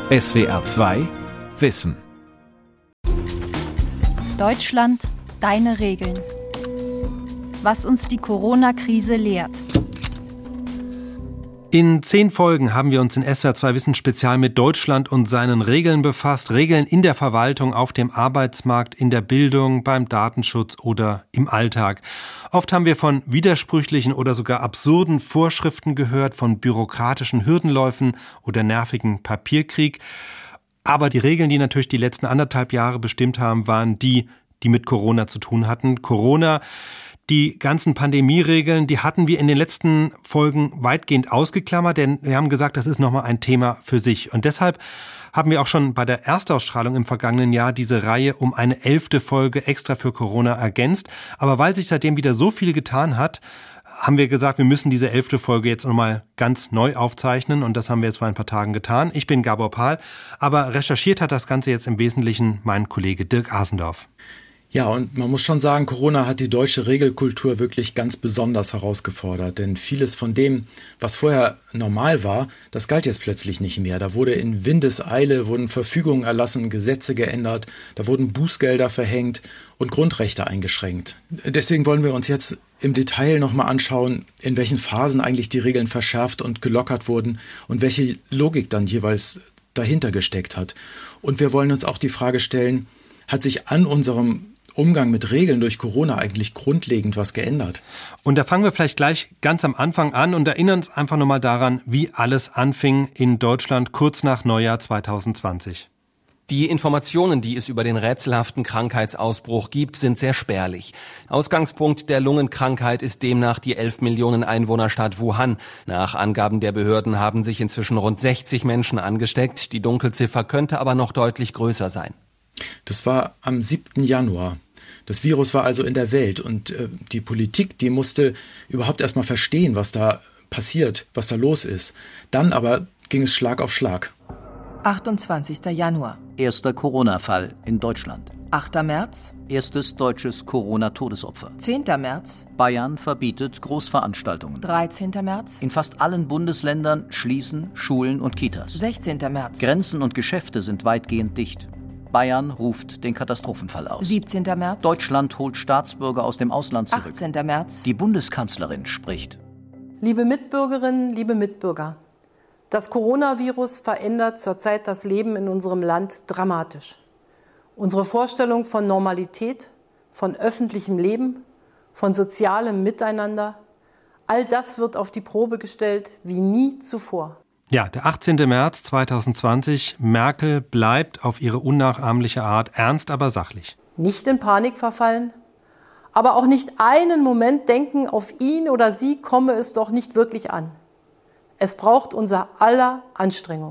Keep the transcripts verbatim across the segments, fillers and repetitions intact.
S W R zwei Wissen. Deutschland, deine Regeln. Was uns die Corona-Krise lehrt. In zehn Folgen haben wir uns in S W R zwei Wissen spezial mit Deutschland und seinen Regeln befasst. Regeln in der Verwaltung, auf dem Arbeitsmarkt, in der Bildung, beim Datenschutz oder im Alltag. Oft haben wir von widersprüchlichen oder sogar absurden Vorschriften gehört, von bürokratischen Hürdenläufen oder nervigen Papierkrieg. Aber die Regeln, die natürlich die letzten anderthalb Jahre bestimmt haben, waren die, die mit Corona zu tun hatten. Corona, die ganzen Pandemieregeln, die hatten wir in den letzten Folgen weitgehend ausgeklammert, denn wir haben gesagt, das ist nochmal ein Thema für sich. Und deshalb haben wir auch schon bei der Erstausstrahlung im vergangenen Jahr diese Reihe um eine elfte Folge extra für Corona ergänzt. Aber weil sich seitdem wieder so viel getan hat, haben wir gesagt, wir müssen diese elfte Folge jetzt nochmal ganz neu aufzeichnen. Und das haben wir jetzt vor ein paar Tagen getan. Ich bin Gabor Pahl, aber recherchiert hat das Ganze jetzt im Wesentlichen mein Kollege Dirk Asendorf. Ja, und man muss schon sagen, Corona hat die deutsche Regelkultur wirklich ganz besonders herausgefordert. Denn vieles von dem, was vorher normal war, das galt jetzt plötzlich nicht mehr. Da wurde in Windeseile, wurden Verfügungen erlassen, Gesetze geändert, da wurden Bußgelder verhängt und Grundrechte eingeschränkt. Deswegen wollen wir uns jetzt im Detail nochmal anschauen, in welchen Phasen eigentlich die Regeln verschärft und gelockert wurden und welche Logik dann jeweils dahinter gesteckt hat. Und wir wollen uns auch die Frage stellen, hat sich an unserem Umgang mit Regeln durch Corona eigentlich grundlegend was geändert? Und da fangen wir vielleicht gleich ganz am Anfang an und erinnern uns einfach nochmal daran, wie alles anfing in Deutschland kurz nach Neujahr zwanzig zwanzig. Die Informationen, die es über den rätselhaften Krankheitsausbruch gibt, sind sehr spärlich. Ausgangspunkt der Lungenkrankheit ist demnach die elf Millionen Einwohnerstadt Wuhan. Nach Angaben der Behörden haben sich inzwischen rund sechzig Menschen angesteckt. Die Dunkelziffer könnte aber noch deutlich größer sein. Das war am siebten Januar. Das Virus war also in der Welt und äh, die Politik, die musste überhaupt erstmal verstehen, was da passiert, was da los ist. Dann aber ging es Schlag auf Schlag. achtundzwanzigster Januar. Erster Corona-Fall in Deutschland. achter März. Erstes deutsches Corona-Todesopfer. zehnter März. Bayern verbietet Großveranstaltungen. dreizehnter März. In fast allen Bundesländern schließen Schulen und Kitas. sechzehnter März. Grenzen und Geschäfte sind weitgehend dicht. Bayern ruft den Katastrophenfall aus. siebzehnter März. Deutschland holt Staatsbürger aus dem Ausland zurück. achtzehnter März. Die Bundeskanzlerin spricht. Liebe Mitbürgerinnen, liebe Mitbürger, das Coronavirus verändert zurzeit das Leben in unserem Land dramatisch. Unsere Vorstellung von Normalität, von öffentlichem Leben, von sozialem Miteinander, all das wird auf die Probe gestellt wie nie zuvor. Ja, der achtzehnte März zwanzig zwanzig. Merkel bleibt auf ihre unnachahmliche Art ernst, aber sachlich. Nicht in Panik verfallen, aber auch nicht einen Moment denken, auf ihn oder sie komme es doch nicht wirklich an. Es braucht unser aller Anstrengung.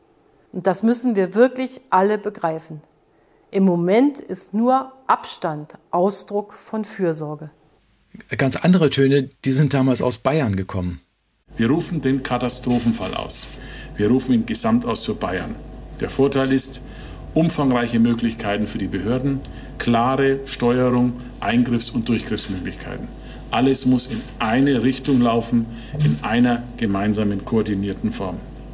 Und das müssen wir wirklich alle begreifen. Im Moment ist nur Abstand Ausdruck von Fürsorge. Ganz andere Töne, die sind damals aus Bayern gekommen. Wir rufen den Katastrophenfall aus. Wir rufen ihn gesamt aus für Bayern. Der Vorteil ist, umfangreiche Möglichkeiten für die Behörden, klare Steuerung, Eingriffs- und Durchgriffsmöglichkeiten. Alles muss in eine Richtung laufen, in einer gemeinsamen, koordinierten Form.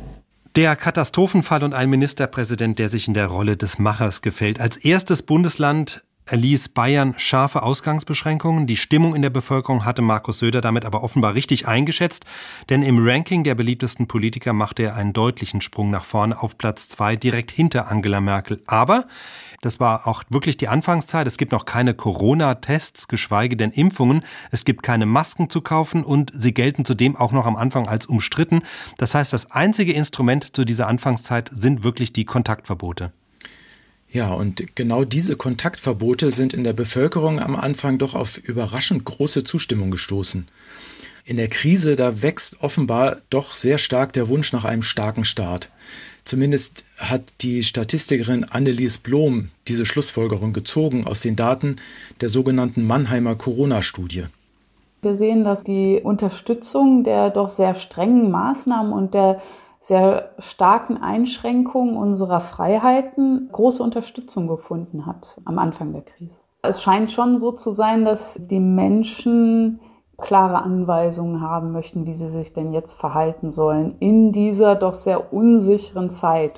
Der Katastrophenfall und ein Ministerpräsident, der sich in der Rolle des Machers gefällt. Als erstes Bundesland erließ Bayern scharfe Ausgangsbeschränkungen. Die Stimmung in der Bevölkerung hatte Markus Söder damit aber offenbar richtig eingeschätzt, denn im Ranking der beliebtesten Politiker machte er einen deutlichen Sprung nach vorne auf Platz zwei, direkt hinter Angela Merkel. Aber das war auch wirklich die Anfangszeit. Es gibt noch keine Corona-Tests, geschweige denn Impfungen. Es gibt keine Masken zu kaufen und sie gelten zudem auch noch am Anfang als umstritten. Das heißt, das einzige Instrument zu dieser Anfangszeit sind wirklich die Kontaktverbote. Ja, und genau diese Kontaktverbote sind in der Bevölkerung am Anfang doch auf überraschend große Zustimmung gestoßen. In der Krise, da wächst offenbar doch sehr stark der Wunsch nach einem starken Staat. Zumindest hat die Statistikerin Annelies Blom diese Schlussfolgerung gezogen aus den Daten der sogenannten Mannheimer Corona-Studie. Wir sehen, dass die Unterstützung der doch sehr strengen Maßnahmen und der sehr starken Einschränkungen unserer Freiheiten große Unterstützung gefunden hat am Anfang der Krise. Es scheint schon so zu sein, dass die Menschen klare Anweisungen haben möchten, wie sie sich denn jetzt verhalten sollen in dieser doch sehr unsicheren Zeit.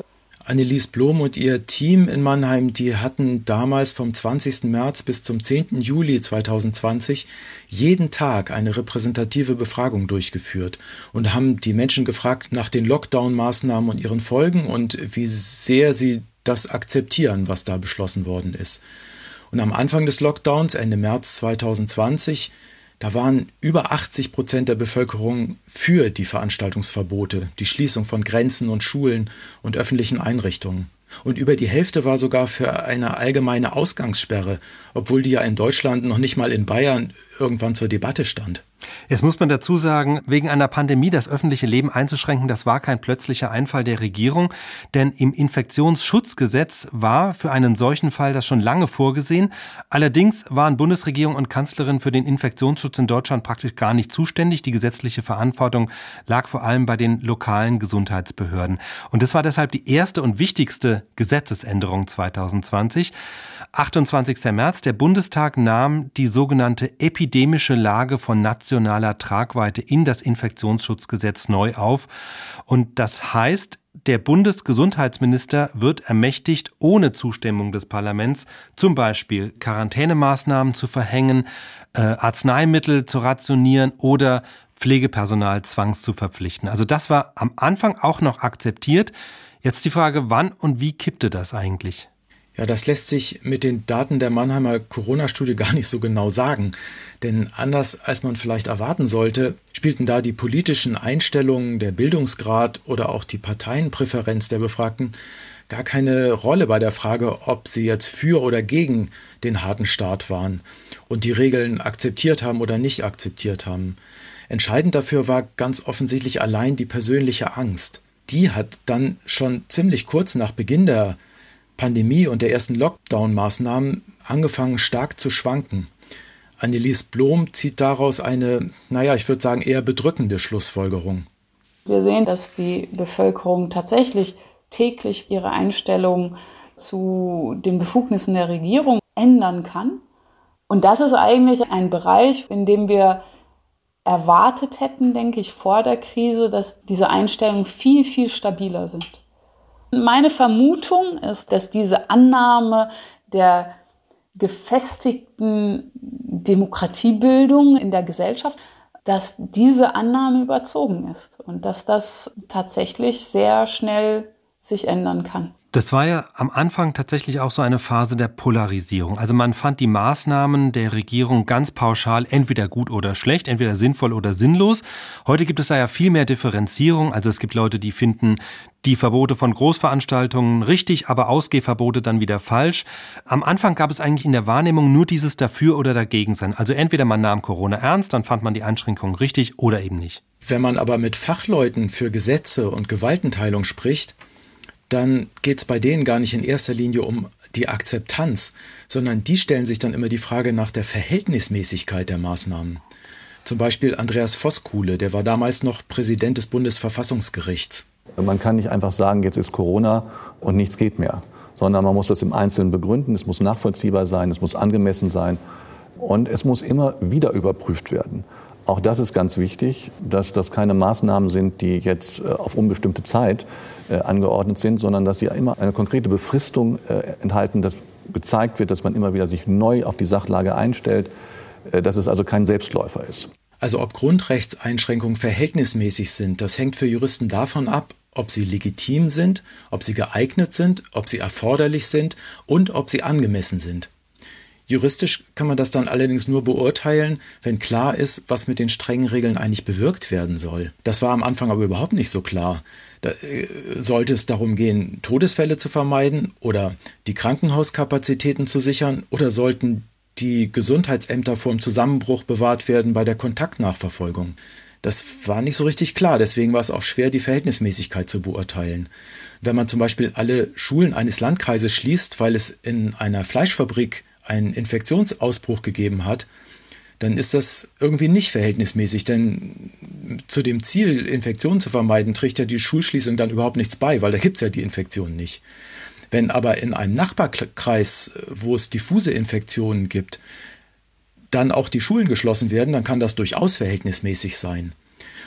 Annelies Blom und ihr Team in Mannheim, die hatten damals vom zwanzigsten März bis zum zehnten Juli zweitausendzwanzig jeden Tag eine repräsentative Befragung durchgeführt und haben die Menschen gefragt nach den Lockdown-Maßnahmen und ihren Folgen und wie sehr sie das akzeptieren, was da beschlossen worden ist. Und am Anfang des Lockdowns, Ende März zweitausendzwanzig, da waren über achtzig Prozent der Bevölkerung für die Veranstaltungsverbote, die Schließung von Grenzen und Schulen und öffentlichen Einrichtungen. Und über die Hälfte war sogar für eine allgemeine Ausgangssperre, obwohl die ja in Deutschland noch nicht mal in Bayern irgendwann zur Debatte stand. Jetzt muss man dazu sagen, wegen einer Pandemie das öffentliche Leben einzuschränken, das war kein plötzlicher Einfall der Regierung, denn im Infektionsschutzgesetz war für einen solchen Fall das schon lange vorgesehen. Allerdings waren Bundesregierung und Kanzlerin für den Infektionsschutz in Deutschland praktisch gar nicht zuständig. Die gesetzliche Verantwortung lag vor allem bei den lokalen Gesundheitsbehörden. Und das war deshalb die erste und wichtigste Gesetzesänderung zweitausendzwanzig. achtundzwanzigsten März, der Bundestag nahm die sogenannte epidemische Lage von nationaler Tragweite in das Infektionsschutzgesetz neu auf. Und das heißt, der Bundesgesundheitsminister wird ermächtigt, ohne Zustimmung des Parlaments zum Beispiel Quarantänemaßnahmen zu verhängen, äh, Arzneimittel zu rationieren oder Pflegepersonal zwangs zu verpflichten. Also das war am Anfang auch noch akzeptiert. Jetzt die Frage, wann und wie kippte das eigentlich? Ja, das lässt sich mit den Daten der Mannheimer Corona-Studie gar nicht so genau sagen. Denn anders als man vielleicht erwarten sollte, spielten da die politischen Einstellungen, der Bildungsgrad oder auch die Parteienpräferenz der Befragten gar keine Rolle bei der Frage, ob sie jetzt für oder gegen den harten Start waren und die Regeln akzeptiert haben oder nicht akzeptiert haben. Entscheidend dafür war ganz offensichtlich allein die persönliche Angst. Die hat dann schon ziemlich kurz nach Beginn der Pandemie und der ersten Lockdown-Maßnahmen angefangen stark zu schwanken. Annelies Blom zieht daraus eine, naja, ich würde sagen, eher bedrückende Schlussfolgerung. Wir sehen, dass die Bevölkerung tatsächlich täglich ihre Einstellung zu den Befugnissen der Regierung ändern kann. Und das ist eigentlich ein Bereich, in dem wir erwartet hätten, denke ich, vor der Krise, dass diese Einstellungen viel, viel stabiler sind. Meine Vermutung ist, dass diese Annahme der gefestigten Demokratiebildung in der Gesellschaft, dass diese Annahme überzogen ist und dass das tatsächlich sehr schnell sich ändern kann. Das war ja am Anfang tatsächlich auch so eine Phase der Polarisierung. Also man fand die Maßnahmen der Regierung ganz pauschal entweder gut oder schlecht, entweder sinnvoll oder sinnlos. Heute gibt es da ja viel mehr Differenzierung. Also es gibt Leute, die finden die Verbote von Großveranstaltungen richtig, aber Ausgehverbote dann wieder falsch. Am Anfang gab es eigentlich in der Wahrnehmung nur dieses Dafür oder Dagegen sein. Also entweder man nahm Corona ernst, dann fand man die Einschränkungen richtig oder eben nicht. Wenn man aber mit Fachleuten für Gesetze und Gewaltenteilung spricht, dann geht es bei denen gar nicht in erster Linie um die Akzeptanz, sondern die stellen sich dann immer die Frage nach der Verhältnismäßigkeit der Maßnahmen. Zum Beispiel Andreas Voskuhle, der war damals noch Präsident des Bundesverfassungsgerichts. Man kann nicht einfach sagen, jetzt ist Corona und nichts geht mehr, sondern man muss das im Einzelnen begründen, es muss nachvollziehbar sein, es muss angemessen sein und es muss immer wieder überprüft werden. Auch das ist ganz wichtig, dass das keine Maßnahmen sind, die jetzt auf unbestimmte Zeit äh, angeordnet sind, sondern dass sie immer eine konkrete Befristung äh, enthalten, dass gezeigt wird, dass man immer wieder sich neu auf die Sachlage einstellt, äh, dass es also kein Selbstläufer ist. Also ob Grundrechtseinschränkungen verhältnismäßig sind, das hängt für Juristen davon ab, ob sie legitim sind, ob sie geeignet sind, ob sie erforderlich sind und ob sie angemessen sind. Juristisch kann man das dann allerdings nur beurteilen, wenn klar ist, was mit den strengen Regeln eigentlich bewirkt werden soll. Das war am Anfang aber überhaupt nicht so klar. Da, äh, sollte es darum gehen, Todesfälle zu vermeiden oder die Krankenhauskapazitäten zu sichern oder sollten die Gesundheitsämter vor dem Zusammenbruch bewahrt werden bei der Kontaktnachverfolgung? Das war nicht so richtig klar, deswegen war es auch schwer, die Verhältnismäßigkeit zu beurteilen. Wenn man zum Beispiel alle Schulen eines Landkreises schließt, weil es in einer Fleischfabrik einen Infektionsausbruch gegeben hat, dann ist das irgendwie nicht verhältnismäßig, denn zu dem Ziel, Infektionen zu vermeiden, trägt ja die Schulschließung dann überhaupt nichts bei, weil da gibt es ja die Infektion nicht. Wenn aber in einem Nachbarkreis, wo es diffuse Infektionen gibt, dann auch die Schulen geschlossen werden, dann kann das durchaus verhältnismäßig sein.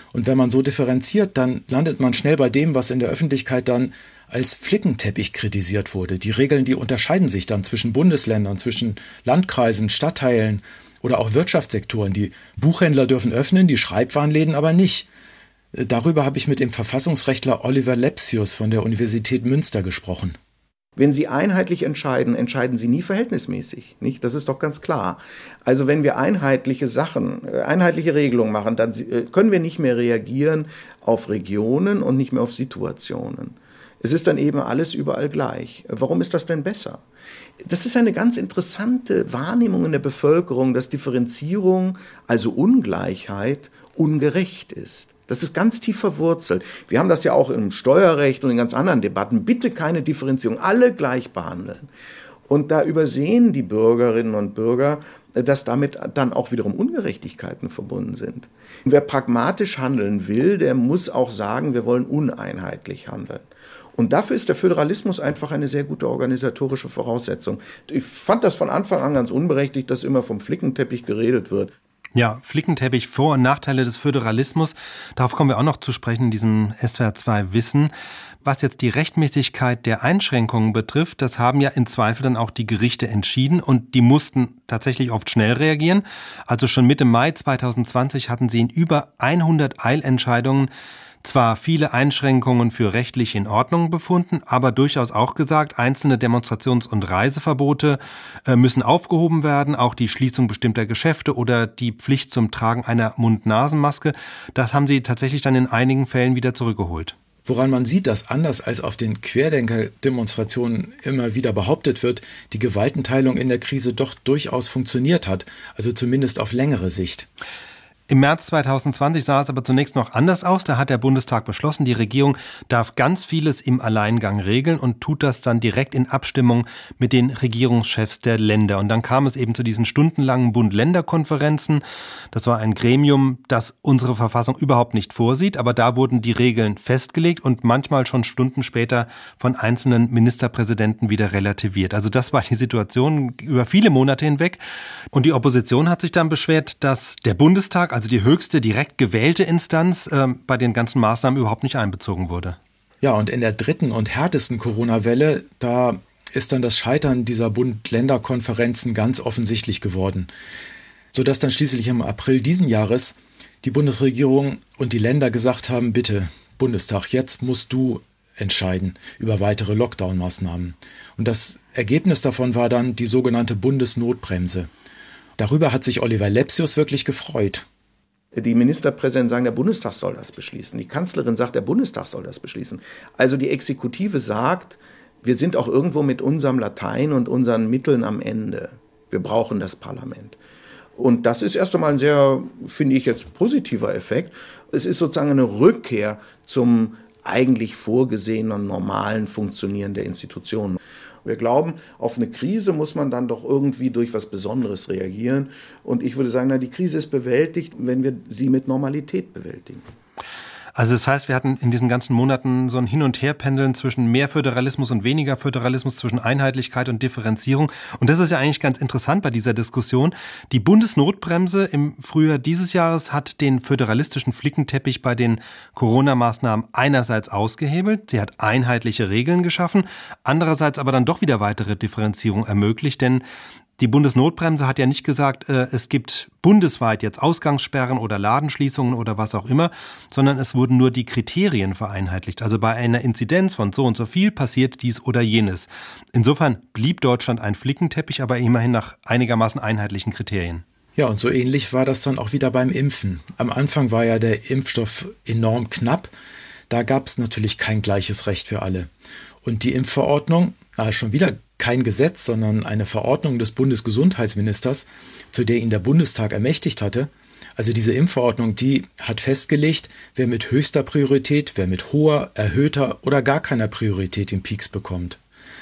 Und wenn man so differenziert, dann landet man schnell bei dem, was in der Öffentlichkeit dann als Flickenteppich kritisiert wurde. Die Regeln, die unterscheiden sich dann zwischen Bundesländern, zwischen Landkreisen, Stadtteilen oder auch Wirtschaftssektoren. Die Buchhändler dürfen öffnen, die Schreibwarenläden aber nicht. Darüber habe ich mit dem Verfassungsrechtler Oliver Lepsius von der Universität Münster gesprochen. Wenn Sie einheitlich entscheiden, entscheiden Sie nie verhältnismäßig, nicht? Das ist doch ganz klar. Also wenn wir einheitliche Sachen, einheitliche Regelungen machen, dann können wir nicht mehr reagieren auf Regionen und nicht mehr auf Situationen. Es ist dann eben alles überall gleich. Warum ist das denn besser? Das ist eine ganz interessante Wahrnehmung in der Bevölkerung, dass Differenzierung, also Ungleichheit, ungerecht ist. Das ist ganz tief verwurzelt. Wir haben das ja auch im Steuerrecht und in ganz anderen Debatten. Bitte keine Differenzierung, alle gleich behandeln. Und da übersehen die Bürgerinnen und Bürger, dass damit dann auch wiederum Ungerechtigkeiten verbunden sind. Und wer pragmatisch handeln will, der muss auch sagen, wir wollen uneinheitlich handeln. Und dafür ist der Föderalismus einfach eine sehr gute organisatorische Voraussetzung. Ich fand das von Anfang an ganz unberechtigt, dass immer vom Flickenteppich geredet wird. Ja, Flickenteppich, Vor- und Nachteile des Föderalismus. Darauf kommen wir auch noch zu sprechen in diesem S W R zwei Wissen. Was jetzt die Rechtmäßigkeit der Einschränkungen betrifft, das haben ja im Zweifel dann auch die Gerichte entschieden und die mussten tatsächlich oft schnell reagieren. Also schon Mitte Mai zweitausendzwanzig hatten sie in über hundert Eilentscheidungen zwar viele Einschränkungen für rechtlich in Ordnung befunden, aber durchaus auch gesagt, einzelne Demonstrations- und Reiseverbote äh, müssen aufgehoben werden, auch die Schließung bestimmter Geschäfte oder die Pflicht zum Tragen einer Mund-Nasen-Maske. Das haben sie tatsächlich dann in einigen Fällen wieder zurückgeholt. Woran man sieht, dass anders als auf den Querdenker-Demonstrationen immer wieder behauptet wird, die Gewaltenteilung in der Krise doch durchaus funktioniert hat, also zumindest auf längere Sicht. Im März zweitausendzwanzig sah es aber zunächst noch anders aus. Da hat der Bundestag beschlossen, die Regierung darf ganz vieles im Alleingang regeln und tut das dann direkt in Abstimmung mit den Regierungschefs der Länder. Und dann kam es eben zu diesen stundenlangen Bund-Länder-Konferenzen. Das war ein Gremium, das unsere Verfassung überhaupt nicht vorsieht. Aber da wurden die Regeln festgelegt und manchmal schon Stunden später von einzelnen Ministerpräsidenten wieder relativiert. Also das war die Situation über viele Monate hinweg. Und die Opposition hat sich dann beschwert, dass der Bundestag, also die höchste direkt gewählte Instanz, äh, bei den ganzen Maßnahmen überhaupt nicht einbezogen wurde. Ja, und in der dritten und härtesten Corona-Welle, da ist dann das Scheitern dieser Bund-Länder-Konferenzen ganz offensichtlich geworden. Sodass dann schließlich im April diesen Jahres die Bundesregierung und die Länder gesagt haben, bitte, Bundestag, jetzt musst du entscheiden über weitere Lockdown-Maßnahmen. Und das Ergebnis davon war dann die sogenannte Bundesnotbremse. Darüber hat sich Oliver Lepsius wirklich gefreut. Die Ministerpräsidenten sagen, der Bundestag soll das beschließen. Die Kanzlerin sagt, der Bundestag soll das beschließen. Also die Exekutive sagt, wir sind auch irgendwo mit unserem Latein und unseren Mitteln am Ende. Wir brauchen das Parlament. Und das ist erst einmal ein sehr, finde ich jetzt, positiver Effekt. Es ist sozusagen eine Rückkehr zum eigentlich vorgesehenen, normalen Funktionieren der Institutionen. Wir glauben, auf eine Krise muss man dann doch irgendwie durch was Besonderes reagieren. Und ich würde sagen, na, die Krise ist bewältigt, wenn wir sie mit Normalität bewältigen. Also das heißt, wir hatten in diesen ganzen Monaten so ein Hin- und Herpendeln zwischen mehr Föderalismus und weniger Föderalismus, zwischen Einheitlichkeit und Differenzierung. Und das ist ja eigentlich ganz interessant bei dieser Diskussion. Die Bundesnotbremse im Frühjahr dieses Jahres hat den föderalistischen Flickenteppich bei den Corona-Maßnahmen einerseits ausgehebelt. Sie hat einheitliche Regeln geschaffen, andererseits aber dann doch wieder weitere Differenzierung ermöglicht, denn die Bundesnotbremse hat ja nicht gesagt, äh, es gibt bundesweit jetzt Ausgangssperren oder Ladenschließungen oder was auch immer, sondern es wurden nur die Kriterien vereinheitlicht. Also bei einer Inzidenz von so und so viel passiert dies oder jenes. Insofern blieb Deutschland ein Flickenteppich, aber immerhin nach einigermaßen einheitlichen Kriterien. Ja, und so ähnlich war das dann auch wieder beim Impfen. Am Anfang war ja der Impfstoff enorm knapp. Da gab es natürlich kein gleiches Recht für alle. Und die Impfverordnung, ah, schon wieder kein Gesetz, sondern eine Verordnung des Bundesgesundheitsministers, zu der ihn der Bundestag ermächtigt hatte. Also diese Impfverordnung, die hat festgelegt, wer mit höchster Priorität, wer mit hoher, erhöhter oder gar keiner Priorität den Peaks bekommt.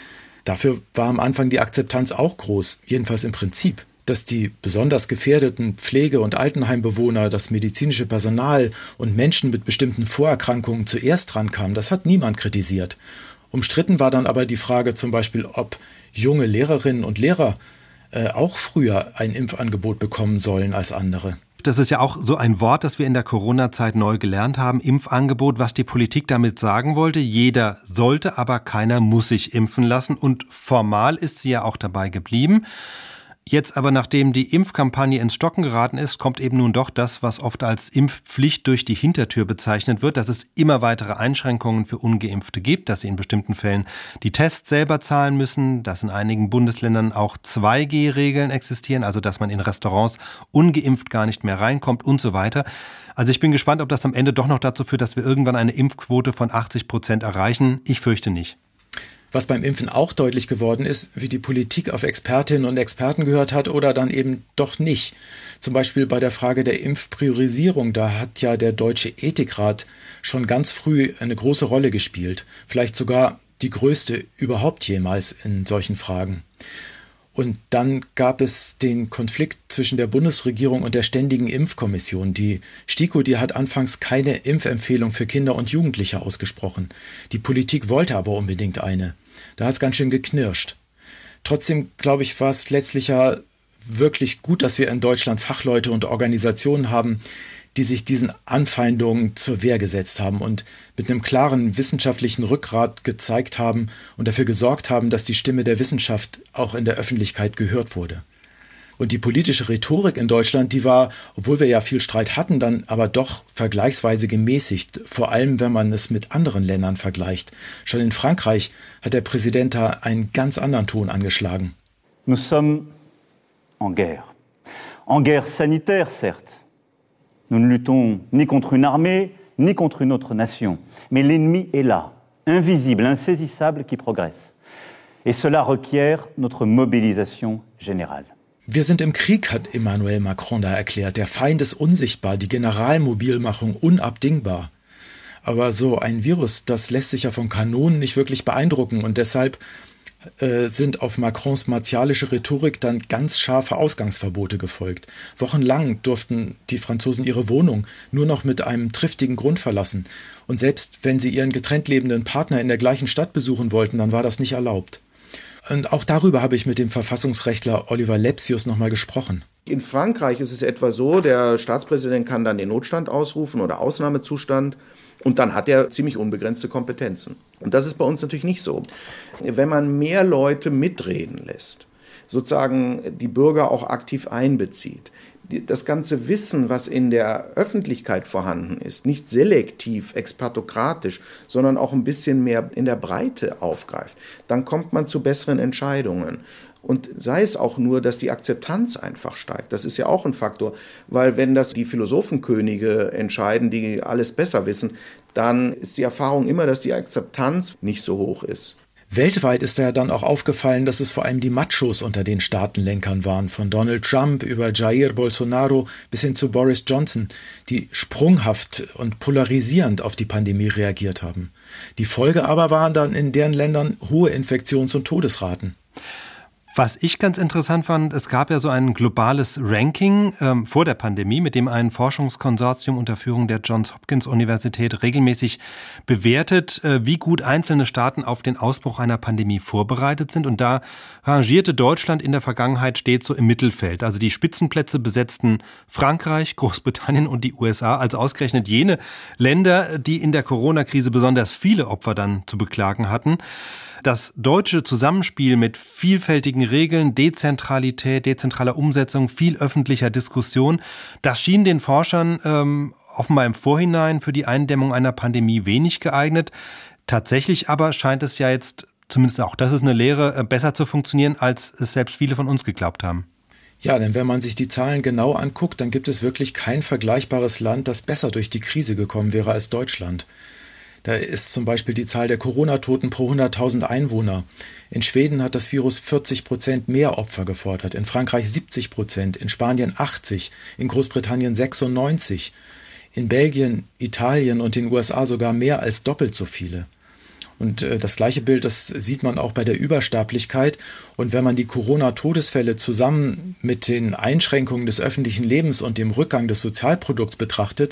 Dafür war am Anfang die Akzeptanz auch groß, jedenfalls im Prinzip. Dass die besonders gefährdeten Pflege- und Altenheimbewohner, das medizinische Personal und Menschen mit bestimmten Vorerkrankungen zuerst drankamen, das hat niemand kritisiert. Umstritten war dann aber die Frage zum Beispiel, ob junge Lehrerinnen und Lehrer äh, auch früher ein Impfangebot bekommen sollen als andere. Das ist ja auch so ein Wort, das wir in der Corona-Zeit neu gelernt haben, Impfangebot, was die Politik damit sagen wollte. Jeder sollte, aber keiner muss sich impfen lassen. Und formal ist sie ja auch dabei geblieben. Jetzt aber, nachdem die Impfkampagne ins Stocken geraten ist, kommt eben nun doch das, was oft als Impfpflicht durch die Hintertür bezeichnet wird, dass es immer weitere Einschränkungen für Ungeimpfte gibt, dass sie in bestimmten Fällen die Tests selber zahlen müssen, dass in einigen Bundesländern auch zwei G Regeln existieren, also dass man in Restaurants ungeimpft gar nicht mehr reinkommt und so weiter. Also ich bin gespannt, ob das am Ende doch noch dazu führt, dass wir irgendwann eine Impfquote von achtzig Prozent erreichen. Ich fürchte nicht. Was beim Impfen auch deutlich geworden ist, wie die Politik auf Expertinnen und Experten gehört hat oder dann eben doch nicht. Zum Beispiel bei der Frage der Impfpriorisierung, da hat ja der Deutsche Ethikrat schon ganz früh eine große Rolle gespielt. Vielleicht sogar die größte überhaupt jemals in solchen Fragen. Und dann gab es den Konflikt zwischen der Bundesregierung und der Ständigen Impfkommission. Die STIKO, die hat anfangs keine Impfempfehlung für Kinder und Jugendliche ausgesprochen. Die Politik wollte aber unbedingt eine. Da hat es ganz schön geknirscht. Trotzdem, glaube ich, war es letztlich ja wirklich gut, dass wir in Deutschland Fachleute und Organisationen haben, die sich diesen Anfeindungen zur Wehr gesetzt haben und mit einem klaren wissenschaftlichen Rückgrat gezeigt haben und dafür gesorgt haben, dass die Stimme der Wissenschaft auch in der Öffentlichkeit gehört wurde. Und die politische Rhetorik in Deutschland, die war, obwohl wir ja viel Streit hatten, dann aber doch vergleichsweise gemäßigt, vor allem wenn man es mit anderen Ländern vergleicht. Schon in Frankreich hat der Präsident da einen ganz anderen Ton angeschlagen. Nous sommes en guerre. En guerre sanitaire, certes. Nous ne luttons ni contre une armée, ni contre une autre nation. Mais l'ennemi est là, invisible, insaisissable, qui progresse. Et cela requiert notre mobilisation générale. Wir sind im Krieg, hat Emmanuel Macron da erklärt. Der Feind ist unsichtbar, die Generalmobilmachung unabdingbar. Aber so ein Virus, das lässt sich ja von Kanonen nicht wirklich beeindrucken. Und deshalb äh, sind auf Macrons martialische Rhetorik dann ganz scharfe Ausgangsverbote gefolgt. Wochenlang durften die Franzosen ihre Wohnung nur noch mit einem triftigen Grund verlassen. Und selbst wenn sie ihren getrennt lebenden Partner in der gleichen Stadt besuchen wollten, dann war das nicht erlaubt. Und auch darüber habe ich mit dem Verfassungsrechtler Oliver Lepsius nochmal gesprochen. In Frankreich ist es etwa so, der Staatspräsident kann dann den Notstand ausrufen oder Ausnahmezustand und dann hat er ziemlich unbegrenzte Kompetenzen. Und das ist bei uns natürlich nicht so. Wenn man mehr Leute mitreden lässt, sozusagen die Bürger auch aktiv einbezieht, das ganze Wissen, was in der Öffentlichkeit vorhanden ist, nicht selektiv, expertokratisch, sondern auch ein bisschen mehr in der Breite aufgreift, dann kommt man zu besseren Entscheidungen. Und sei es auch nur, dass die Akzeptanz einfach steigt. Das ist ja auch ein Faktor, weil wenn das die Philosophenkönige entscheiden, die alles besser wissen, dann ist die Erfahrung immer, dass die Akzeptanz nicht so hoch ist. Weltweit ist ja dann auch aufgefallen, dass es vor allem die Machos unter den Staatenlenkern waren, von Donald Trump über Jair Bolsonaro bis hin zu Boris Johnson, die sprunghaft und polarisierend auf die Pandemie reagiert haben. Die Folge aber waren dann in deren Ländern hohe Infektions- und Todesraten. Was ich ganz interessant fand, es gab ja so ein globales Ranking ähm, vor der Pandemie, mit dem ein Forschungskonsortium unter Führung der Johns Hopkins Universität regelmäßig bewertet, äh, wie gut einzelne Staaten auf den Ausbruch einer Pandemie vorbereitet sind. Und da rangierte Deutschland in der Vergangenheit stets so im Mittelfeld. Also die Spitzenplätze besetzten Frankreich, Großbritannien und die U S A, also ausgerechnet jene Länder, die in der Corona-Krise besonders viele Opfer dann zu beklagen hatten. Das deutsche Zusammenspiel mit vielfältigen Regeln, Dezentralität, dezentraler Umsetzung, viel öffentlicher Diskussion, das schien den Forschern ähm, offenbar im Vorhinein für die Eindämmung einer Pandemie wenig geeignet. Tatsächlich aber scheint es ja jetzt, zumindest auch das ist eine Lehre, besser zu funktionieren, als es selbst viele von uns geglaubt haben. Ja, denn wenn man sich die Zahlen genau anguckt, dann gibt es wirklich kein vergleichbares Land, das besser durch die Krise gekommen wäre als Deutschland. Da ist zum Beispiel die Zahl der Corona-Toten pro hunderttausend Einwohner. In Schweden hat das Virus vierzig Prozent mehr Opfer gefordert, in Frankreich siebzig Prozent, in Spanien achtzig, in Großbritannien sechsundneunzig, in Belgien, Italien und den U S A sogar mehr als doppelt so viele. Und äh, das gleiche Bild, das sieht man auch bei der Übersterblichkeit. Und wenn man die Corona-Todesfälle zusammen mit den Einschränkungen des öffentlichen Lebens und dem Rückgang des Sozialprodukts betrachtet,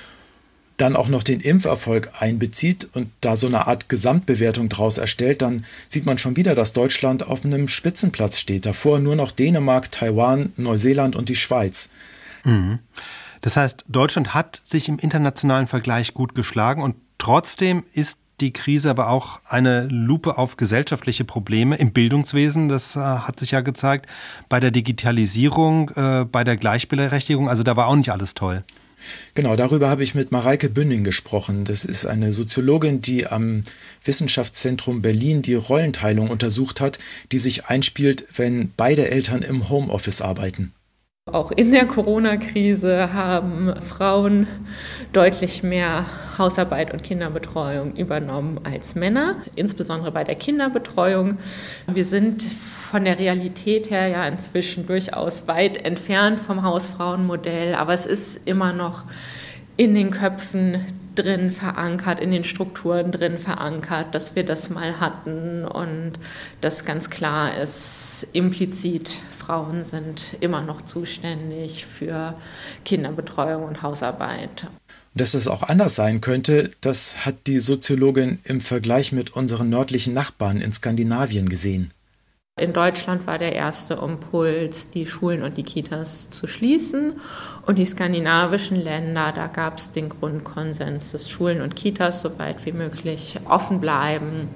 dann auch noch den Impferfolg einbezieht und da so eine Art Gesamtbewertung draus erstellt, dann sieht man schon wieder, dass Deutschland auf einem Spitzenplatz steht. Davor nur noch Dänemark, Taiwan, Neuseeland und die Schweiz. Mhm. Das heißt, Deutschland hat sich im internationalen Vergleich gut geschlagen und trotzdem ist die Krise aber auch eine Lupe auf gesellschaftliche Probleme im Bildungswesen. Das äh, hat sich ja gezeigt. Bei der Digitalisierung, äh, bei der Gleichberechtigung. Also da war auch nicht alles toll. Genau, darüber habe ich mit Mareike Bünding gesprochen. Das ist eine Soziologin, die am Wissenschaftszentrum Berlin die Rollenteilung untersucht hat, die sich einspielt, wenn beide Eltern im Homeoffice arbeiten. Auch in der Corona-Krise haben Frauen deutlich mehr Hausarbeit und Kinderbetreuung übernommen als Männer, insbesondere bei der Kinderbetreuung. Wir sind von der Realität her ja inzwischen durchaus weit entfernt vom Hausfrauenmodell, aber es ist immer noch in den Köpfen drin verankert, in den Strukturen drin verankert, dass wir das mal hatten und dass ganz klar ist, implizit Frauen sind immer noch zuständig für Kinderbetreuung und Hausarbeit. Dass es auch anders sein könnte, das hat die Soziologin im Vergleich mit unseren nördlichen Nachbarn in Skandinavien gesehen. In Deutschland war der erste Impuls, die Schulen und die Kitas zu schließen. Und die skandinavischen Länder, da gab es den Grundkonsens, dass Schulen und Kitas so weit wie möglich offen bleiben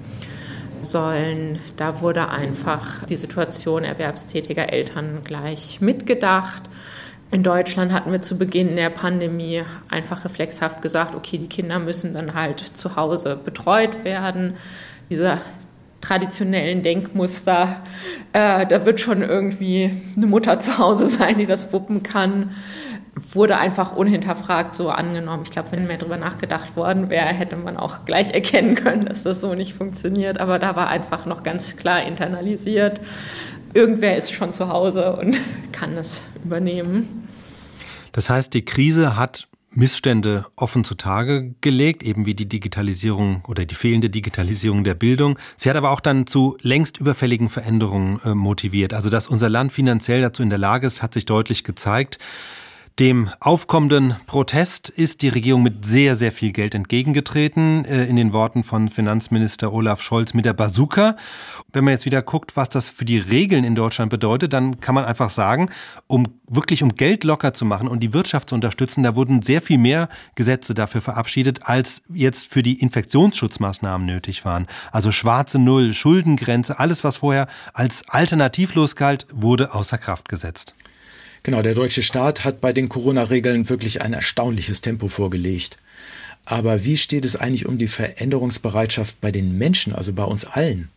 sollen. Da wurde einfach die Situation erwerbstätiger Eltern gleich mitgedacht. In Deutschland hatten wir zu Beginn der Pandemie einfach reflexhaft gesagt, okay, die Kinder müssen dann halt zu Hause betreut werden. Diese traditionellen Denkmuster, äh, da wird schon irgendwie eine Mutter zu Hause sein, die das wuppen kann, wurde einfach unhinterfragt so angenommen. Ich glaube, wenn mehr darüber nachgedacht worden wäre, hätte man auch gleich erkennen können, dass das so nicht funktioniert. Aber da war einfach noch ganz klar internalisiert, irgendwer ist schon zu Hause und kann es übernehmen. Das heißt, die Krise hat Missstände offen zutage gelegt, eben wie die Digitalisierung oder die fehlende Digitalisierung der Bildung. Sie hat aber auch dann zu längst überfälligen Veränderungen äh, motiviert. Also, dass unser Land finanziell dazu in der Lage ist, hat sich deutlich gezeigt. Dem aufkommenden Protest ist die Regierung mit sehr, sehr viel Geld entgegengetreten, in den Worten von Finanzminister Olaf Scholz mit der Bazooka. Wenn man jetzt wieder guckt, was das für die Regeln in Deutschland bedeutet, dann kann man einfach sagen, um wirklich um Geld locker zu machen und die Wirtschaft zu unterstützen, da wurden sehr viel mehr Gesetze dafür verabschiedet, als jetzt für die Infektionsschutzmaßnahmen nötig waren. Also schwarze Null, Schuldengrenze, alles, was vorher als alternativlos galt, wurde außer Kraft gesetzt. Genau, der deutsche Staat hat bei den Corona-Regeln wirklich ein erstaunliches Tempo vorgelegt. Aber wie steht es eigentlich um die Veränderungsbereitschaft bei den Menschen, also bei uns allen?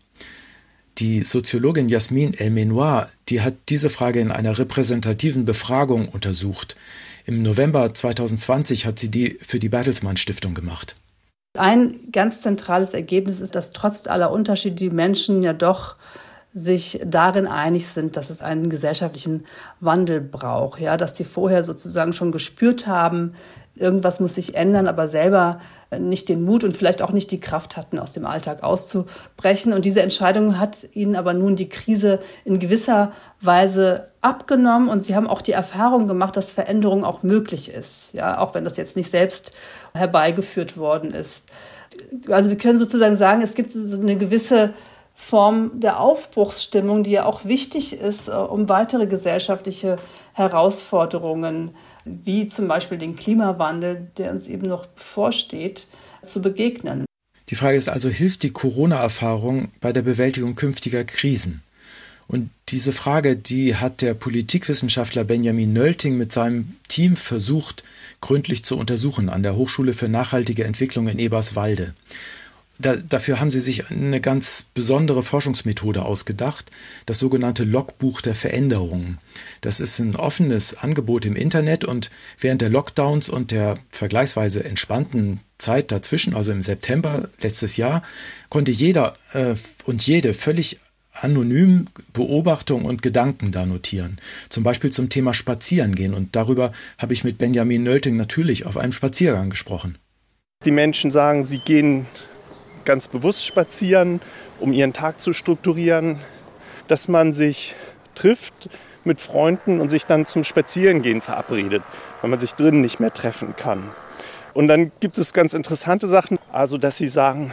Die Soziologin Jasmin El-Menoir, die hat diese Frage in einer repräsentativen Befragung untersucht. Im November zwanzig zwanzig hat sie die für die Bertelsmann Stiftung gemacht. Ein ganz zentrales Ergebnis ist, dass trotz aller Unterschiede die Menschen ja doch sich darin einig sind, dass es einen gesellschaftlichen Wandel braucht, ja, dass sie vorher sozusagen schon gespürt haben, irgendwas muss sich ändern, aber selber nicht den Mut und vielleicht auch nicht die Kraft hatten, aus dem Alltag auszubrechen. Und diese Entscheidung hat ihnen aber nun die Krise in gewisser Weise abgenommen und sie haben auch die Erfahrung gemacht, dass Veränderung auch möglich ist, ja, auch wenn das jetzt nicht selbst herbeigeführt worden ist. Also wir können sozusagen sagen, es gibt so eine gewisse Form der Aufbruchsstimmung, die ja auch wichtig ist, um weitere gesellschaftliche Herausforderungen, wie zum Beispiel den Klimawandel, der uns eben noch bevorsteht, zu begegnen. Die Frage ist also, hilft die Corona-Erfahrung bei der Bewältigung künftiger Krisen? Und diese Frage, die hat der Politikwissenschaftler Benjamin Nölting mit seinem Team versucht, gründlich zu untersuchen an der Hochschule für nachhaltige Entwicklung in Eberswalde. Da, dafür haben sie sich eine ganz besondere Forschungsmethode ausgedacht, das sogenannte Logbuch der Veränderungen. Das ist ein offenes Angebot im Internet und während der Lockdowns und der vergleichsweise entspannten Zeit dazwischen, also im September letztes Jahr, konnte jeder äh, und jede völlig anonym Beobachtungen und Gedanken da notieren. Zum Beispiel zum Thema Spazierengehen. Und darüber habe ich mit Benjamin Nölting natürlich auf einem Spaziergang gesprochen. Die Menschen sagen, sie gehen ganz bewusst spazieren, um ihren Tag zu strukturieren, dass man sich trifft mit Freunden und sich dann zum Spazierengehen verabredet, weil man sich drinnen nicht mehr treffen kann. Und dann gibt es ganz interessante Sachen, also dass sie sagen,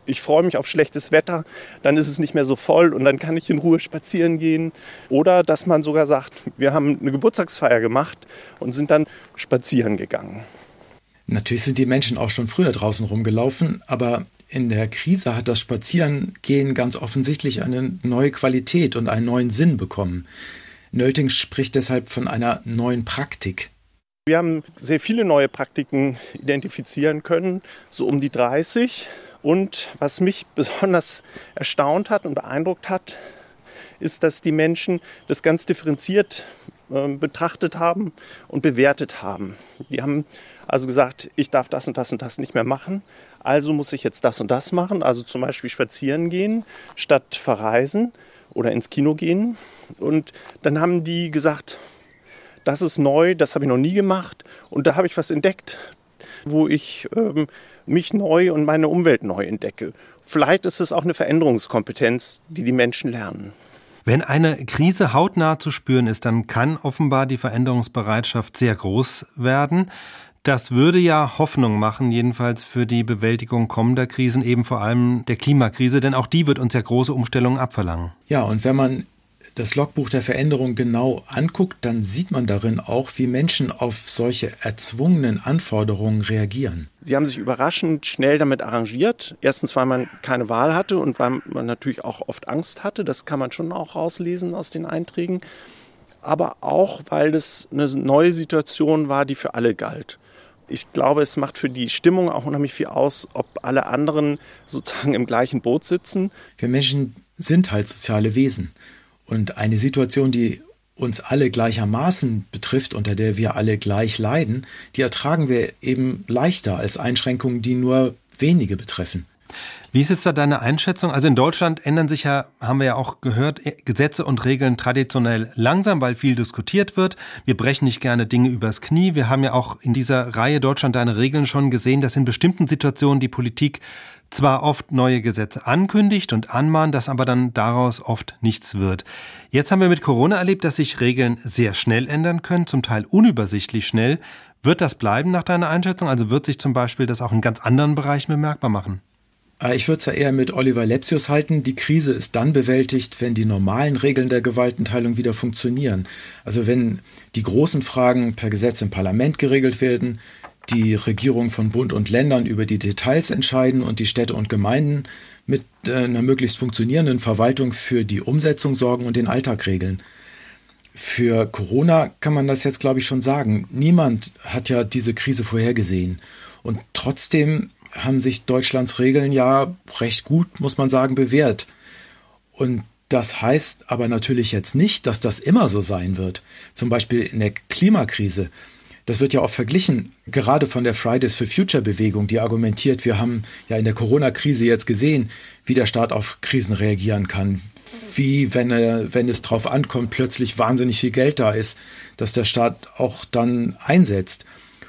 Ich freue mich auf schlechtes Wetter, dann ist es nicht mehr so voll und dann kann ich in Ruhe spazieren gehen. Oder dass man sogar sagt, wir haben eine Geburtstagsfeier gemacht und sind dann spazieren gegangen. Natürlich sind die Menschen auch schon früher draußen rumgelaufen, aber in der Krise hat das Spazierengehen ganz offensichtlich eine neue Qualität und einen neuen Sinn bekommen. Nölting spricht deshalb von einer neuen Praktik. Wir haben sehr viele neue Praktiken identifizieren können, so um die dreißig. Und was mich besonders erstaunt hat und beeindruckt hat, ist, dass die Menschen das ganz differenziert äh, betrachtet haben und bewertet haben. Die haben also gesagt, ich darf das und das und das nicht mehr machen, also muss ich jetzt das und das machen, also zum Beispiel spazieren gehen statt verreisen oder ins Kino gehen. Und dann haben die gesagt, das ist neu, das habe ich noch nie gemacht und da habe ich was entdeckt, wo ich ähm, mich neu und meine Umwelt neu entdecke. Vielleicht ist es auch eine Veränderungskompetenz, die die Menschen lernen. Wenn eine Krise hautnah zu spüren ist, dann kann offenbar die Veränderungsbereitschaft sehr groß werden. Das würde ja Hoffnung machen, jedenfalls für die Bewältigung kommender Krisen, eben vor allem der Klimakrise, denn auch die wird uns ja große Umstellungen abverlangen. Ja, und wenn man das Logbuch der Veränderung genau anguckt, dann sieht man darin auch, wie Menschen auf solche erzwungenen Anforderungen reagieren. Sie haben sich überraschend schnell damit arrangiert. Erstens, weil man keine Wahl hatte und weil man natürlich auch oft Angst hatte. Das kann man schon auch rauslesen aus den Einträgen. Aber auch, weil das eine neue Situation war, die für alle galt. Ich glaube, es macht für die Stimmung auch unheimlich viel aus, ob alle anderen sozusagen im gleichen Boot sitzen. Wir Menschen sind halt soziale Wesen. Und eine Situation, die uns alle gleichermaßen betrifft, unter der wir alle gleich leiden, die ertragen wir eben leichter als Einschränkungen, die nur wenige betreffen. Wie ist jetzt da deine Einschätzung? Also in Deutschland ändern sich ja, haben wir ja auch gehört, Gesetze und Regeln traditionell langsam, weil viel diskutiert wird. Wir brechen nicht gerne Dinge übers Knie. Wir haben ja auch in dieser Reihe Deutschland deine Regeln schon gesehen, dass in bestimmten Situationen die Politik zwar oft neue Gesetze ankündigt und anmahnt, dass aber dann daraus oft nichts wird. Jetzt haben wir mit Corona erlebt, dass sich Regeln sehr schnell ändern können, zum Teil unübersichtlich schnell. Wird das bleiben nach deiner Einschätzung? Also wird sich zum Beispiel das auch in ganz anderen Bereichen bemerkbar machen? Ich würde es ja eher mit Oliver Lepsius halten. Die Krise ist dann bewältigt, wenn die normalen Regeln der Gewaltenteilung wieder funktionieren. Also wenn die großen Fragen per Gesetz im Parlament geregelt werden, die Regierungen von Bund und Ländern über die Details entscheiden und die Städte und Gemeinden mit einer möglichst funktionierenden Verwaltung für die Umsetzung sorgen und den Alltag regeln. Für Corona kann man das jetzt, glaube ich, schon sagen. Niemand hat ja diese Krise vorhergesehen. Und trotzdem haben sich Deutschlands Regeln ja recht gut, muss man sagen, bewährt. Und das heißt aber natürlich jetzt nicht, dass das immer so sein wird. Zum Beispiel in der Klimakrise. Das wird ja oft verglichen, gerade von der Fridays for Future Bewegung, die argumentiert, wir haben ja in der Corona-Krise jetzt gesehen, wie der Staat auf Krisen reagieren kann. Wie, wenn, er, wenn es drauf ankommt, plötzlich wahnsinnig viel Geld da ist, dass der Staat auch dann einsetzt.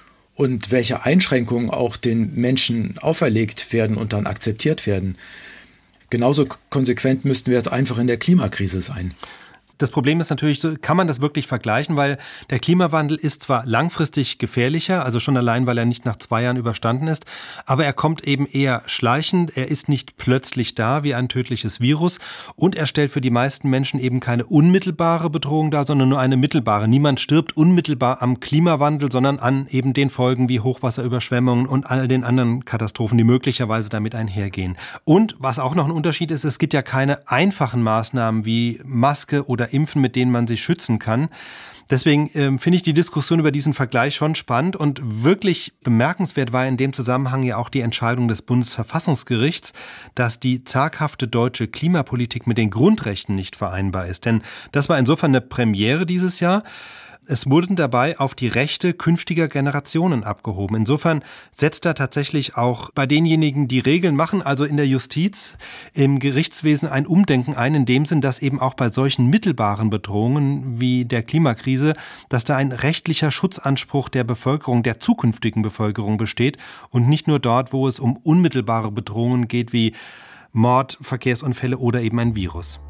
Und welche Einschränkungen auch den Menschen auferlegt werden und dann akzeptiert werden. Genauso konsequent müssten wir jetzt einfach in der Klimakrise sein. Das Problem ist natürlich, kann man das wirklich vergleichen, weil der Klimawandel ist zwar langfristig gefährlicher, also schon allein, weil er nicht nach zwei Jahren überstanden ist, aber er kommt eben eher schleichend, er ist nicht plötzlich da wie ein tödliches Virus und er stellt für die meisten Menschen eben keine unmittelbare Bedrohung dar, sondern nur eine mittelbare. Niemand stirbt unmittelbar am Klimawandel, sondern an eben den Folgen wie Hochwasserüberschwemmungen und all den anderen Katastrophen, die möglicherweise damit einhergehen. Und was auch noch ein Unterschied ist, es gibt ja keine einfachen Maßnahmen wie Maske oder Impfen, mit denen man sich schützen kann. Deswegen ähm, finde ich die Diskussion über diesen Vergleich schon spannend und wirklich bemerkenswert war in dem Zusammenhang ja auch die Entscheidung des Bundesverfassungsgerichts, dass die zaghafte deutsche Klimapolitik mit den Grundrechten nicht vereinbar ist. Denn das war insofern eine Premiere dieses Jahr. Es wurden dabei auf die Rechte künftiger Generationen abgehoben. Insofern setzt da tatsächlich auch bei denjenigen, die Regeln machen, also in der Justiz, im Gerichtswesen ein Umdenken ein, in dem Sinn, dass eben auch bei solchen mittelbaren Bedrohungen wie der Klimakrise, dass da ein rechtlicher Schutzanspruch der Bevölkerung, der zukünftigen Bevölkerung besteht und nicht nur dort, wo es um unmittelbare Bedrohungen geht wie Mord, Verkehrsunfälle oder eben ein Virus.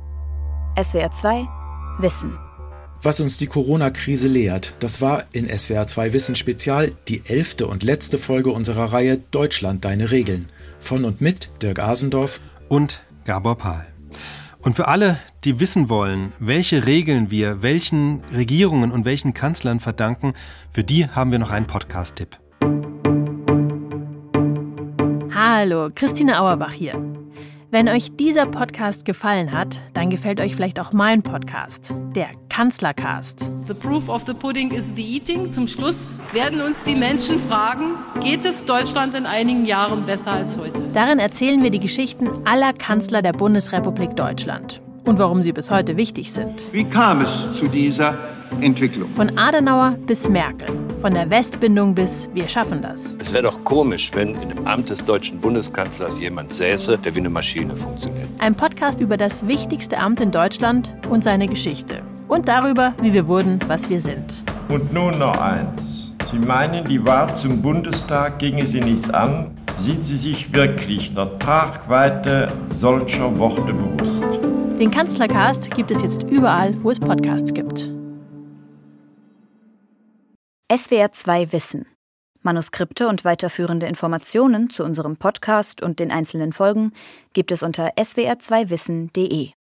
S W R zwei Wissen. Was uns die Corona-Krise lehrt, das war in S W R zwei Wissen Spezial die elfte und letzte Folge unserer Reihe Deutschland, deine Regeln. Von und mit Dirk Asendorf und Gabor Pahl. Und für alle, die wissen wollen, welche Regeln wir welchen Regierungen und welchen Kanzlern verdanken, für die haben wir noch einen Podcast-Tipp. Hallo, Christine Auerbach hier. Wenn euch dieser Podcast gefallen hat, dann gefällt euch vielleicht auch mein Podcast, der Kanzlercast. The proof of the pudding is the eating. Zum Schluss werden uns die Menschen fragen, geht es Deutschland in einigen Jahren besser als heute? Darin erzählen wir die Geschichten aller Kanzler der Bundesrepublik Deutschland und warum sie bis heute wichtig sind. Wie kam es zu dieser Entwicklung? Von Adenauer bis Merkel, von der Westbindung bis Wir schaffen das. Es wäre doch komisch, wenn in dem Amt des deutschen Bundeskanzlers jemand säße, der wie eine Maschine funktioniert. Ein Podcast über das wichtigste Amt in Deutschland und seine Geschichte. Und darüber, wie wir wurden, was wir sind. Und nun noch eins. Sie meinen, die Wahl zum Bundestag ginge Sie nichts an? Sind Sie sich wirklich der Tragweite solcher Worte bewusst? Den Kanzlercast gibt es jetzt überall, wo es Podcasts gibt. S W R zwei Wissen. Manuskripte und weiterführende Informationen zu unserem Podcast und den einzelnen Folgen gibt es unter s w r zwei wissen punkt d e.